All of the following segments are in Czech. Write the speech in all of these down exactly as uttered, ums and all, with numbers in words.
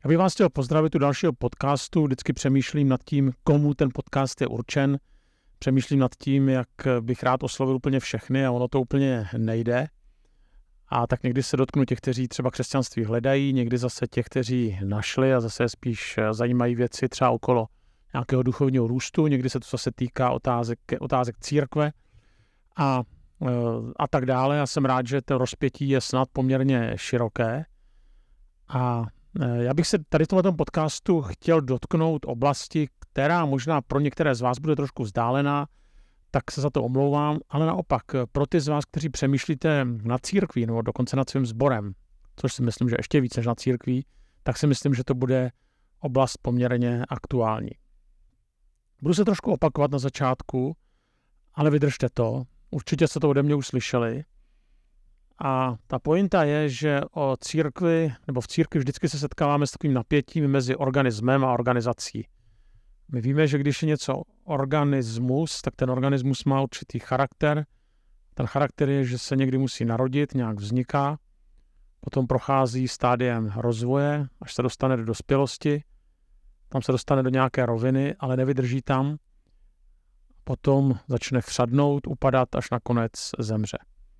Já bych vás chtěl pozdravit u dalšího podcastu. Vždycky přemýšlím nad tím, komu ten podcast je určen. Přemýšlím nad tím, jak bych rád oslovil úplně všechny a ono to úplně nejde. A tak někdy se dotknu těch, kteří třeba křesťanství hledají, někdy zase těch, kteří našli a zase spíš zajímají věci třeba okolo nějakého duchovního růstu. Někdy se to zase týká otázek, otázek církve a, a tak dále. Já jsem rád, že to rozpětí je snad poměrně široké. A já bych se tady v tomto podcastu chtěl dotknout oblasti, která možná pro některé z vás bude trošku vzdálená, tak se za to omlouvám, ale naopak pro ty z vás, kteří přemýšlíte nad církví nebo dokonce nad svým sborem, což si myslím, že ještě víc než nad církví, tak si myslím, že to bude oblast poměrně aktuální. Budu se trošku opakovat na začátku, ale vydržte to. Určitě jste to ode mě už slyšeli. A ta pointa je, že o církvi, nebo v církvi vždycky se setkáváme s takovým napětím mezi organismem a organizací. My víme, že když je něco organismus, tak ten organismus má určitý charakter. Ten charakter je, že se někdy musí narodit, nějak vzniká, potom prochází stádiem rozvoje, až se dostane do dospělosti, tam se dostane do nějaké roviny, ale nevydrží tam, potom začne chřadnout, upadat, až nakonec zemře.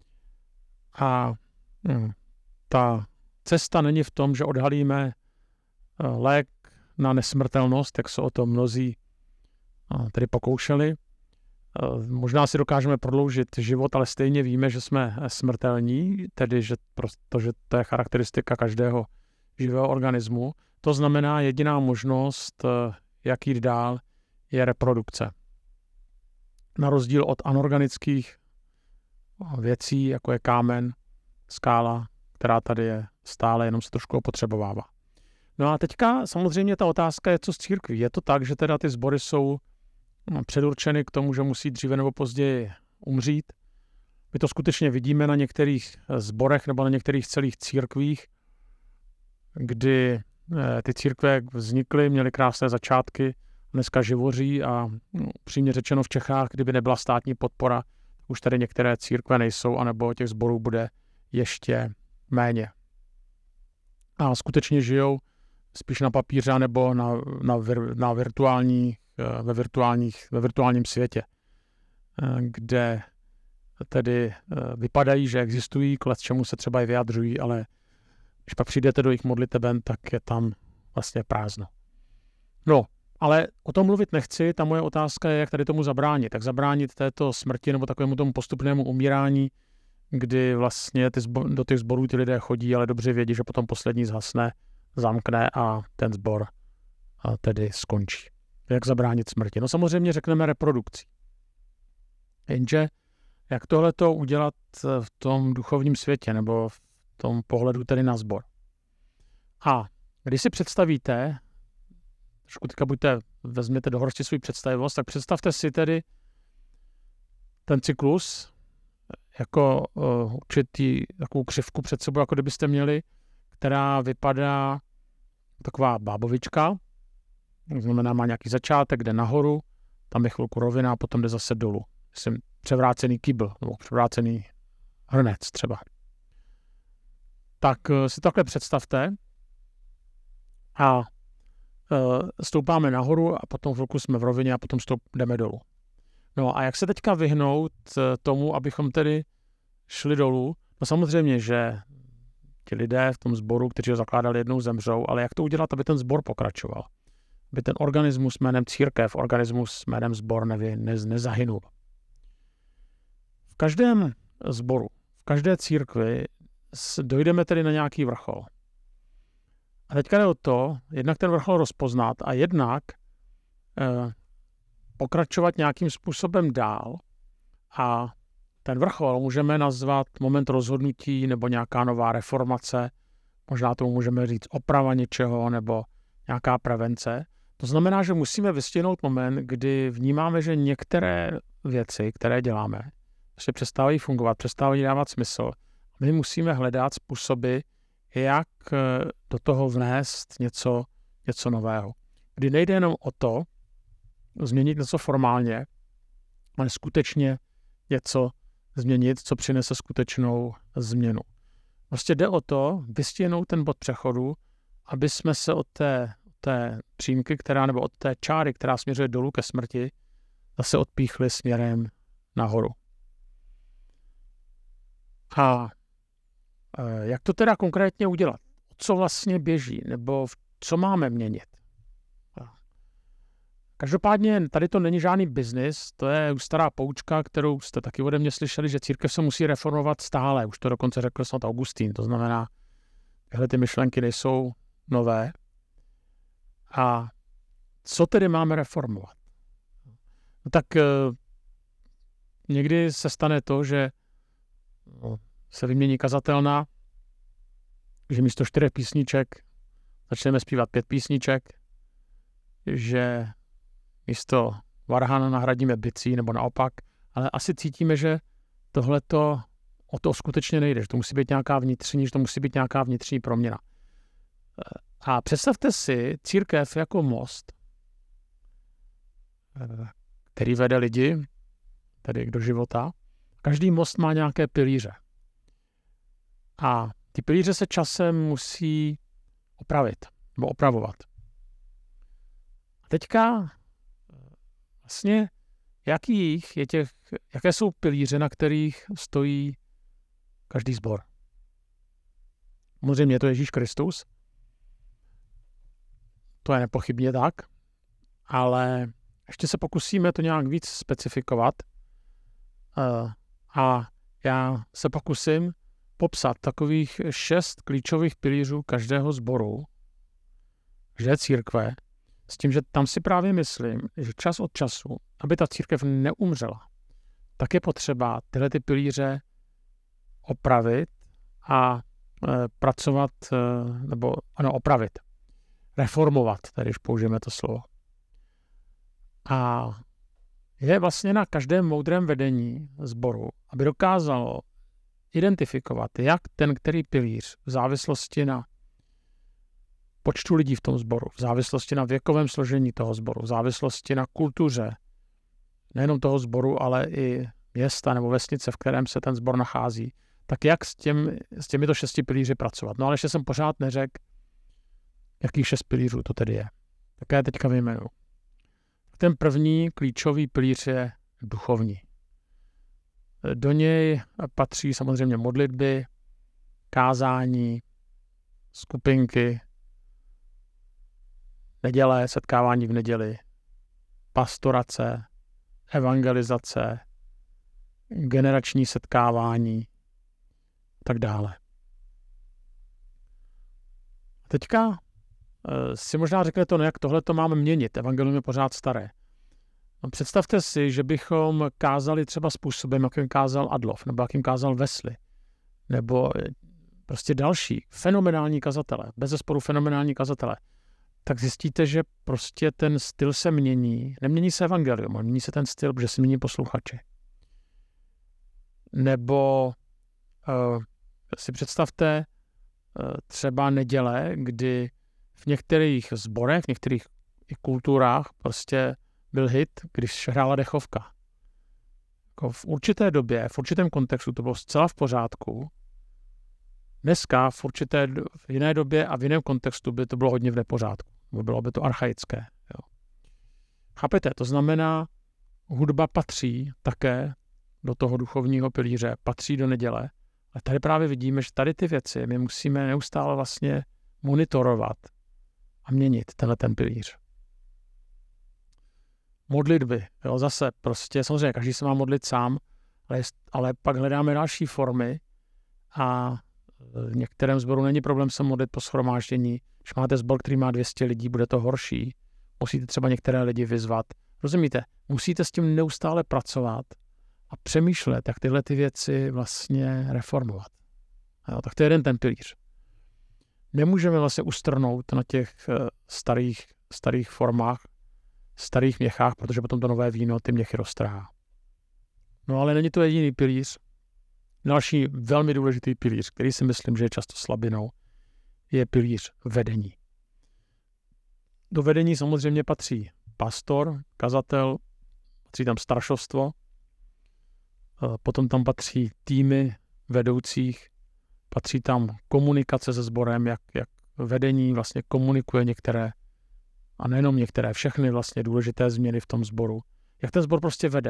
A hm, ta cesta není v tom, že odhalíme lék na nesmrtelnost, jak se o to mnozí tedy pokoušeli. Možná si dokážeme prodloužit život, ale stejně víme, že jsme smrtelní, tedy že protože to je charakteristika každého živého organismu. To znamená, jediná možnost, jak jít dál, je reprodukce. Na rozdíl od anorganických věcí, jako je kámen, skála, která tady je stále, jenom se trošku opotřebovává. No a teďka samozřejmě ta otázka je, co z církví. Je to tak, že teda ty sbory jsou předurčeny k tomu, že musí dříve nebo později umřít. My to skutečně vidíme na některých sborech nebo na některých celých církvích, kdy ty církve vznikly, měly krásné začátky, dneska živoří a upřímně řečeno v Čechách, kdyby nebyla státní podpora, už tady některé církve nejsou, anebo těch sborů bude ještě méně. A skutečně žijou spíš na papíře nebo na, na, vir, na virtuální, ve, virtuálních, ve virtuálním světě, kde tedy vypadají, že existují, k čemu se třeba i vyjadřují, ale když pak přijdete do jejich modliteben, tak je tam vlastně prázdno. No, ale o tom mluvit nechci, ta moje otázka je, jak tady tomu zabránit. Tak zabránit této smrti nebo takovému tomu postupnému umírání, kdy vlastně ty zbo- do těch sborů ty lidé chodí, ale dobře vědí, že potom poslední zhasne, zamkne a ten sbor a tedy skončí. Jak zabránit smrti? No samozřejmě řekneme reprodukcí. Jenže jak tohleto udělat v tom duchovním světě nebo v tom pohledu tedy na sbor? A když si představíte, trošku teďka buďte, vezměte do hrsti svou představivost, tak představte si tedy ten cyklus jako uh, určitý takovou křivku před sebou, jako kdybyste měli, která vypadá taková bábovička, to znamená, má nějaký začátek, jde nahoru, tam je chvilku rovina a potom jde zase dolů. Myslím, převrácený kýbl, nebo převrácený hrnec třeba. Tak uh, si takhle představte a uh, stoupáme nahoru a potom chvilku jsme v rovině a potom stoup, jdeme dolů. No a jak se teďka vyhnout tomu, abychom tedy šli dolů? No samozřejmě, že ti lidé v tom sboru, kteří ho zakládali, jednou zemřou, ale jak to udělat, aby ten sbor pokračoval? Aby ten organismus jménem církev, organismus jménem sbor nevy, ne, nezahynul. V každém sboru, v každé církvi dojdeme tedy na nějaký vrchol. A teďka jde o to, jednak ten vrchol rozpoznat a jednak eh, pokračovat nějakým způsobem dál a ten vrchol můžeme nazvat moment rozhodnutí nebo nějaká nová reformace, možná tomu můžeme říct oprava něčeho nebo nějaká prevence. To znamená, že musíme vystihnout moment, kdy vnímáme, že některé věci, které děláme, se přestávají fungovat, přestávají dávat smysl. My musíme hledat způsoby, jak do toho vnést něco, něco nového. Kdy nejde jenom o to, změnit něco formálně, ale skutečně něco změnit, co přinese skutečnou změnu. Prostě jde o to vystihnout ten bod přechodu aby jsme se od té, té přímky, která, nebo od té čáry, která směřuje dolů ke smrti, zase odpíchli směrem nahoru. A jak to teda konkrétně udělat? Co vlastně běží? Nebo co máme měnit? Každopádně tady to není žádný biznis, to je už stará poučka, kterou jste taky ode mě slyšeli, že církev se musí reformovat stále. Už to dokonce řekl snad Augustín, to znamená, tyhle ty myšlenky nejsou nové. A co tedy máme reformovat? No tak eh, někdy se stane to, že no, se vymění kazatelna, že místo čtyřech písniček začneme zpívat pět písniček, že místo varhana nahradíme bicí, nebo naopak, ale asi cítíme, že tohleto o to skutečně nejde, že to musí být nějaká vnitřní, že to musí být nějaká vnitřní proměna. A představte si církev jako most, který vede lidi, tedy do života. Každý most má nějaké pilíře. A ty pilíře se časem musí opravit, nebo opravovat. A teďka vlastně, jakých je těch, jaké jsou pilíře, na kterých stojí každý sbor? Samozřejmě je to Ježíš Kristus. To je nepochybně tak. Ale ještě se pokusíme to nějak víc specifikovat. A já se pokusím popsat takových šest klíčových pilířů každého sboru, každé církve, s tím, že tam si právě myslím, že čas od času, aby ta církev neumřela, tak je potřeba tyhle ty pilíře opravit a e, pracovat, e, nebo ano, opravit, reformovat, tady když použijeme to slovo. A je vlastně na každém moudrém vedení sboru, aby dokázalo identifikovat, jak ten, který pilíř v závislosti na počtu lidí v tom sboru, v závislosti na věkovém složení toho sboru, v závislosti na kultuře, nejenom toho sboru, ale i města nebo vesnice, v kterém se ten sbor nachází, tak jak s, těm, s těmito šesti pilíři pracovat. No ale ještě jsem pořád neřekl, jakých šest pilířů to tedy je. Tak já teďka vyjmenuji. Ten první klíčový pilíř je duchovní. Do něj patří samozřejmě modlitby, kázání, skupinky, neděle, setkávání v neděli, pastorace, evangelizace, generační setkávání a tak dále. A teďka uh, si možná řeknete, no jak tohle to máme měnit, evangelium je pořád staré. No, představte si, že bychom kázali třeba způsobem, jakým kázal Adolf, nebo jakým kázal Wesley, nebo prostě další fenomenální kazatele, bezesporu fenomenální kazatele, tak zjistíte, že prostě ten styl se mění. Nemění se evangelium, ale mění se ten styl, protože se mění posluchači. Nebo uh, si představte uh, třeba neděle, kdy v některých sborech, v některých i kulturách prostě byl hit, když hrála dechovka. Jako v určité době, v určitém kontextu to bylo zcela v pořádku. Dneska v určité, v jiné době a v jiném kontextu by to bylo hodně v nepořádku. Bylo by to archaické. Jo. Chápete? To znamená, hudba patří také do toho duchovního pilíře, patří do neděle. Ale tady právě vidíme, že tady ty věci my musíme neustále vlastně monitorovat a měnit tenhle ten pilíř. Modlitby. Jo, zase prostě, samozřejmě, každý se má modlit sám, ale, ale pak hledáme další formy a v některém sboru není problém se modlit po shromáždění. Když máte sbor, který má dvě stě lidí, bude to horší. Musíte třeba některé lidi vyzvat. Rozumíte? Musíte s tím neustále pracovat a přemýšlet, jak tyhle ty věci vlastně reformovat. Jo, tak to je jeden ten pilíř. Nemůžeme vlastně ustrnout na těch starých, starých formách, starých měchách, protože potom to nové víno ty měchy roztrhá. No ale není to jediný pilíř. Další velmi důležitý pilíř, který si myslím, že je často slabinou, je pilíř vedení. Do vedení samozřejmě patří pastor, kazatel, patří tam staršovstvo, potom tam patří týmy vedoucích, patří tam komunikace se sborem, jak, jak vedení vlastně komunikuje některé, a nejenom některé, všechny vlastně důležité změny v tom sboru. Jak ten sbor prostě vede.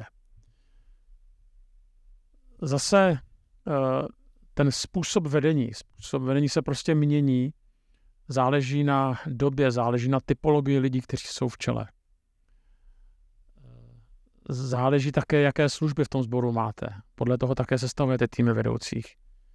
Zase ten způsob vedení, způsob vedení se prostě mění, záleží na době, záleží na typologii lidí, kteří jsou v čele. Záleží také, jaké služby v tom sboru máte. Podle toho také sestavujete týmy vedoucích.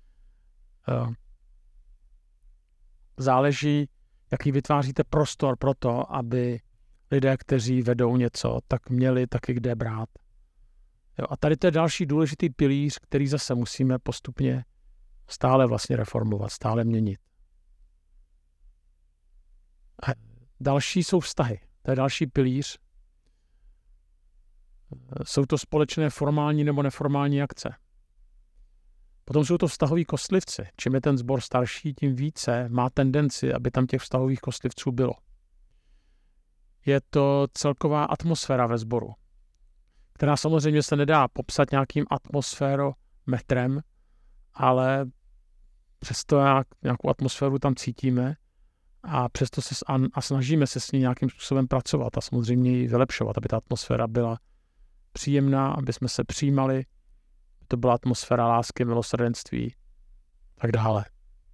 Záleží, jaký vytváříte prostor pro to, aby lidé, kteří vedou něco, tak měli taky kde brát. Jo, a tady to je další důležitý pilíř, který zase musíme postupně stále vlastně reformovat, stále měnit. A další jsou vztahy. To je další pilíř. Jsou to společné formální nebo neformální akce. Potom jsou to vztahoví kostlivci. Čím je ten sbor starší, tím více má tendenci, aby tam těch vztahových kostlivců bylo. Je to celková atmosféra ve sboru, která samozřejmě se nedá popsat nějakým atmosférometrem, ale přesto nějakou atmosféru tam cítíme a přesto se a, a snažíme se s ní nějakým způsobem pracovat a samozřejmě ji vylepšovat, aby ta atmosféra byla příjemná, aby jsme se přijímali, aby to byla atmosféra lásky, milosrdenství, tak dále.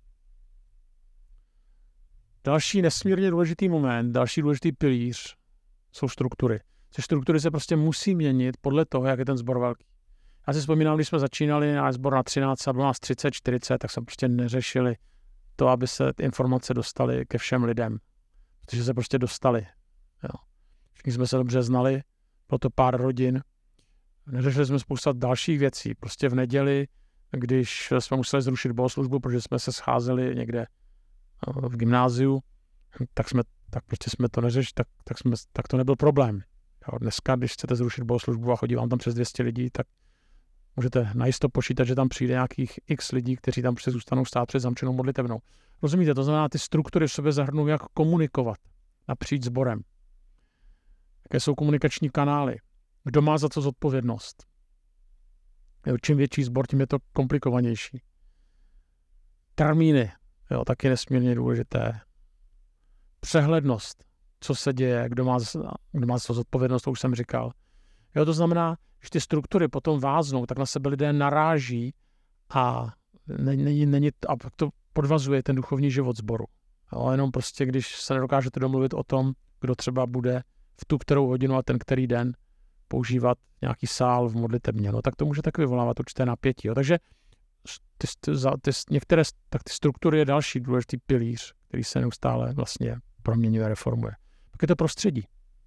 Další nesmírně důležitý moment, další důležitý pilíř jsou struktury. Ty struktury se prostě musí měnit podle toho, jak je ten sbor velký. Já si vzpomínám, když jsme začínali náš sbor na třináct, a bylo nás třicet, čtyřicet, tak jsme prostě neřešili to, aby se ty informace dostaly ke všem lidem. Protože se prostě dostali. Jo. Všichni jsme se dobře znali, bylo to pár rodin. Neřešili jsme spoustu dalších věcí. Prostě v neděli, když jsme museli zrušit bohoslužbu, protože jsme se scházeli někde v gymnáziu, tak jsme tak prostě jsme to neřešili, tak, tak, jsme, tak to nebyl problém. Jo, dneska, když chcete zrušit bohoslužbu a chodí vám tam přes dvě stě lidí, tak můžete najisto počítat, že tam přijde nějakých x lidí, kteří tam prostě zůstanou stát před zamčenou modlitevnou. Rozumíte? To znamená, ty struktury v sobě zahrnují, jak komunikovat napříč sborem. Jaké jsou komunikační kanály. Kdo má za co zodpovědnost. Jo, čím větší sbor, tím je to komplikovanější. Termíny. Jo, taky nesmírně důležité. Přehlednost. Co se děje, kdo má, kdo má za co zodpovědnost, to už jsem říkal. Jo, to znamená, že ty struktury potom váznou, tak na sebe lidé naráží a není, není, a to podvazuje ten duchovní život sboru. Jo, jenom prostě, když se nedokážete domluvit o tom, kdo třeba bude v tu kterou hodinu a ten který den používat nějaký sál v modlitebně, no tak to může taky vyvolávat určité napětí. Jo. Takže ty, ty, ty, některé tak ty struktury je další důležitý pilíř, který se neustále vlastně proměňuje a reformuje. Pak je to prostředí.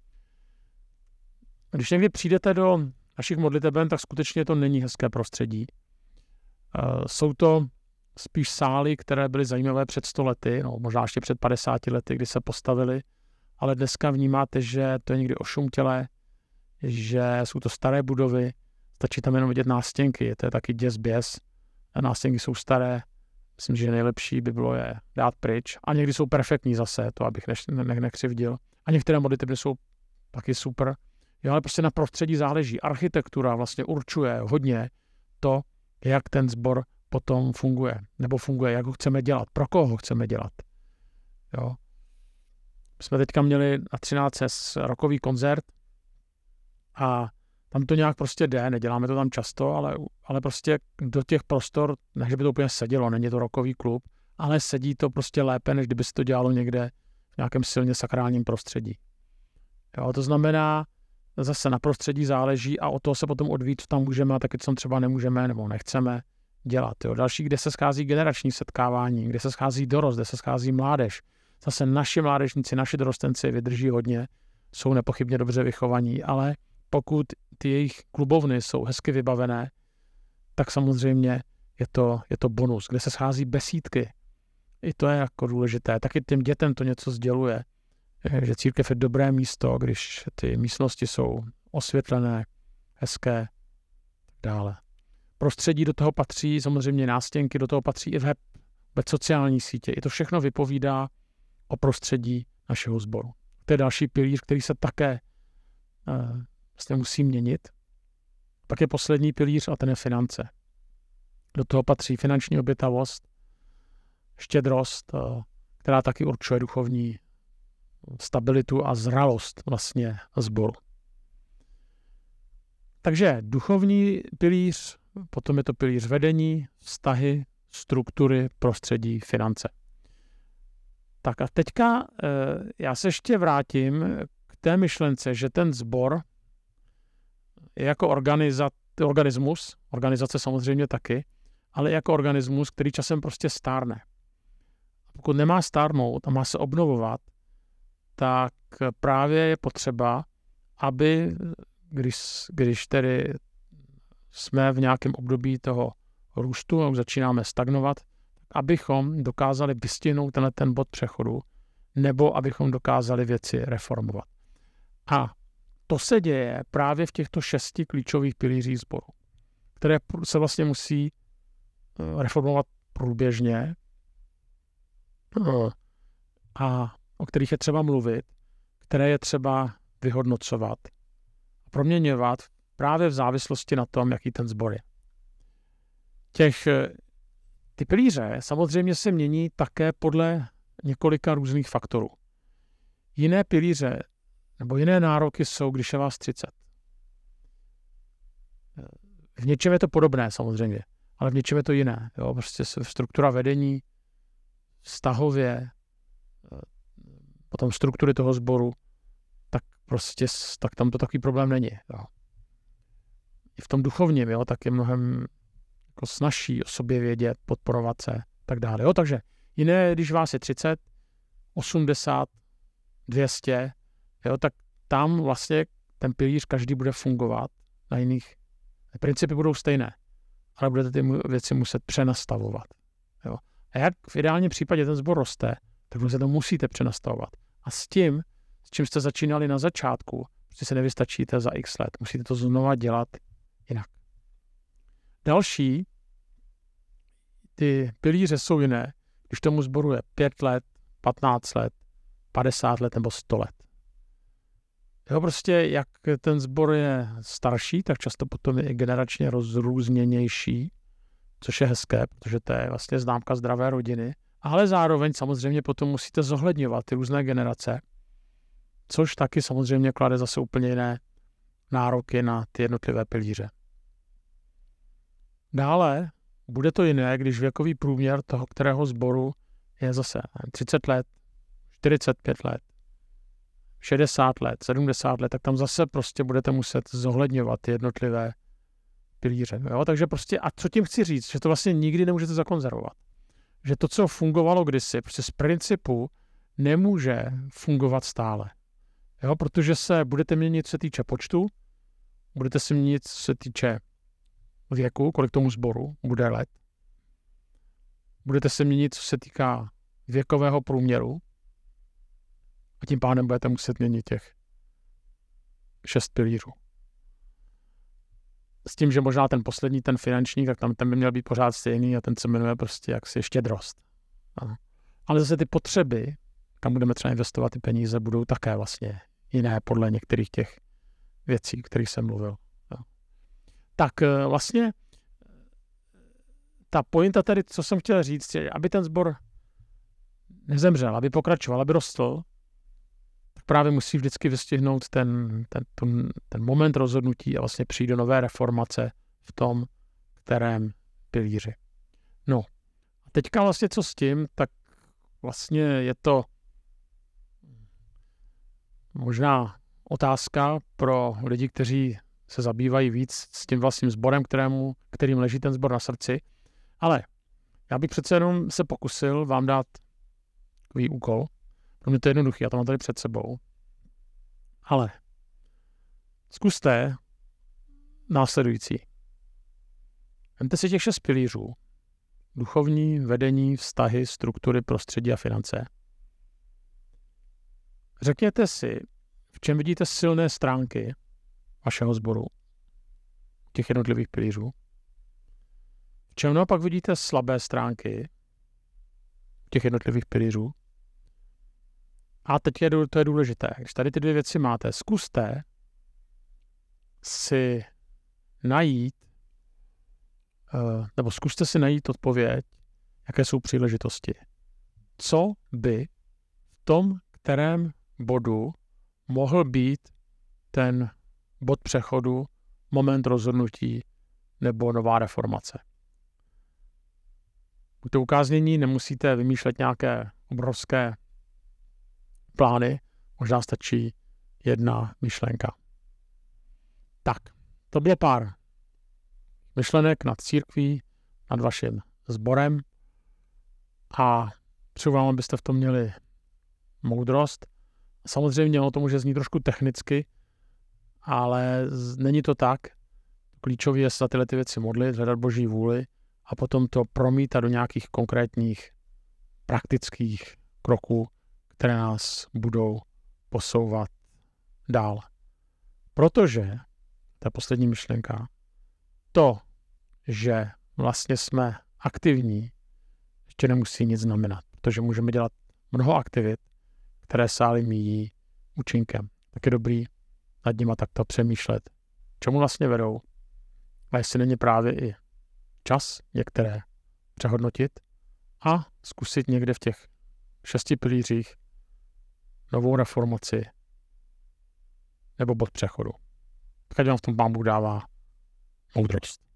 Když někdy přijdete do našich modliteben, tak skutečně to není hezké prostředí. Uh, jsou to spíš sály, které byly zajímavé před sto lety, no možná ještě před padesáti lety, kdy se postavily, ale dneska vnímáte, že to je někdy ošumtělé, že jsou to staré budovy, stačí tam jenom vidět nástěnky, to je taky děs běs, nástěnky jsou staré, myslím, že nejlepší by bylo je dát pryč a někdy jsou perfektní zase, to abych ne- ne- nekřivdil a některé modlitebny jsou taky super, jo, ale prostě na prostředí záleží. Architektura vlastně určuje hodně to, jak ten sbor potom funguje, nebo funguje, jak ho chceme dělat, pro koho ho chceme dělat. Jo. My jsme teďka měli na třináct rokový koncert a tam to nějak prostě jde, neděláme to tam často, ale, ale prostě do těch prostor, ne, že by to úplně sedělo, není to rockový klub, ale sedí to prostě lépe, než kdyby se to dělalo někde v nějakém silně sakrálním prostředí. Jo, to znamená, zase na prostředí záleží a o toho se potom odvíjí, co tam můžeme a taky co tam třeba nemůžeme nebo nechceme dělat. Jo. Další, kde se schází generační setkávání, kde se schází dorost, kde se schází mládež. Zase naši mládežníci, naši dorostenci vydrží hodně, jsou nepochybně dobře vychovaní, ale pokud ty jejich klubovny jsou hezky vybavené, tak samozřejmě je to, je to bonus, kde se schází besídky. I to je jako důležité. Taky těm dětem to něco sděluje, že církev je dobré místo, když ty místnosti jsou osvětlené, hezké, tak dále. Prostředí do toho patří, samozřejmě nástěnky, do toho patří i web, web sociální sítě. I to všechno vypovídá o prostředí našeho sboru. To je další pilíř, který se také uh, vlastně musí měnit. Pak je poslední pilíř a ten je finance. Do toho patří finanční obětavost, štědrost, uh, která taky určuje duchovní stabilitu a zralost vlastně sboru. Takže duchovní pilíř, potom je to pilíř vedení, vztahy, struktury, prostředí, finance. Tak a teďka já se ještě vrátím k té myšlence, že ten sbor je jako organiza, organismus, organizace samozřejmě taky, ale jako organismus, který časem prostě stárne. Pokud nemá stárnout a má se obnovovat, tak právě je potřeba, aby, když, když tedy jsme v nějakém období toho růstu a už začínáme stagnovat, abychom dokázali vystihnout tenhle ten bod přechodu, nebo abychom dokázali věci reformovat. A to se děje právě v těchto šesti klíčových pilířích sboru, které se vlastně musí reformovat průběžně a o kterých je třeba mluvit, které je třeba vyhodnocovat a proměňovat právě v závislosti na tom, jaký ten sbor je. Těch, ty pilíře samozřejmě se mění také podle několika různých faktorů. Jiné pilíře nebo jiné nároky jsou, když je vás třicet. V něčem je to podobné samozřejmě, ale v něčem je to jiné. Jo? Prostě struktura vedení, vztahově, potom struktury toho sboru, tak prostě tak tam to takový problém není. Jo? I v tom duchovním, jo, tak je mnohem jako snazší o sobě vědět, podporovat se, tak dále. Jo? Takže jiné, když vás je třicet, osmdesát, dvě stě, jo, tak tam vlastně ten pilíř každý bude fungovat na jiných. Principy budou stejné, ale budete ty věci muset přenastavovat. Jo. A jak v ideálním případě ten sbor roste, tak se to musíte přenastavovat. A s tím, s čím jste začínali na začátku, prostě se nevystačíte za x let. Musíte to znova dělat jinak. Další, ty pilíře jsou jiné, když tomu sboru je pět let, patnáct let, padesát let nebo sto let. Jo, prostě jak ten sbor je starší, tak často potom je i generačně rozrůzněnější, což je hezké, protože to je vlastně známka zdravé rodiny, ale zároveň samozřejmě potom musíte zohledňovat ty různé generace, což taky samozřejmě klade zase úplně jiné nároky na ty jednotlivé pilíře. Dále bude to jiné, když věkový průměr toho, kterého sboru je zase třicet let, čtyřicet pět let, šedesát let, sedmdesát let, tak tam zase prostě budete muset zohledňovat ty jednotlivé pilíře. Jo? Takže prostě, a co tím chci říct, že to vlastně nikdy nemůžete zakonzervovat. Že to, co fungovalo kdysi, prostě z principu nemůže fungovat stále. Jo? Protože se budete měnit, co se týče počtu, budete se měnit, co se týče věku, kolik tomu sboru bude let. Budete se měnit, co se týká věkového průměru, a tím pádem budete muset měnit těch šest pilířů. S tím, že možná ten poslední, ten finanční, tak tam ten by měl být pořád stejný a ten se jmenuje prostě jaksi štědrost. Ano. Ale zase ty potřeby, kam budeme třeba investovat ty peníze, budou také vlastně jiné podle některých těch věcí, o kterých jsem mluvil. Jo. Tak vlastně ta pointa tady, co jsem chtěl říct, je, aby ten sbor nezemřel, aby pokračoval, aby rostl, tak právě musí vždycky vystihnout ten, ten, ten, ten moment rozhodnutí a vlastně přijít do nové reformace v tom, kterém pilíři. No, a teďka vlastně co s tím, tak vlastně je to možná otázka pro lidi, kteří se zabývají víc s tím vlastním sborem, kterému, kterým leží ten sbor na srdci. Ale já bych přece jenom se pokusil vám dát takový úkol. Pro mě to je jednoduchý, já to mám tady před sebou. Ale zkuste následující. Vemte si těch šest pilířů. Duchovní, vedení, vztahy, struktury, prostředí a finance. Řekněte si, v čem vidíte silné stránky vašeho sboru, těch jednotlivých pilířů. V čem naopak vidíte slabé stránky těch jednotlivých pilířů. A teď je to je důležité. Když tady ty dvě věci máte, zkuste si najít, nebo zkuste si najít odpověď, jaké jsou příležitosti co by v tom kterém bodu mohl být ten bod přechodu, moment rozhodnutí nebo nová reformace. U toho ukáznění nemusíte vymýšlet nějaké obrovské plány, možná stačí jedna myšlenka. Tak, to bude pár myšlenek nad církví, nad vaším sborem a přeju vám, abyste v tom měli moudrost. Samozřejmě ono to může znít trošku technicky, ale není to tak. Klíčové je se za tyhle ty věci modlit, hledat Boží vůli a potom to promítat do nějakých konkrétních praktických kroků, které nás budou posouvat dál. Protože, ta poslední myšlenka, to, že vlastně jsme aktivní, ještě nemusí nic znamenat, protože můžeme dělat mnoho aktivit, které se ale míjí účinkem. Tak je dobrý nad nima takto přemýšlet, čemu vlastně vedou a jestli není právě i čas některé přehodnotit a zkusit někde v těch šesti pilířích novou reformaci nebo bod přechodu. Tak ať vám v tom Pán Bůh dává moudrost.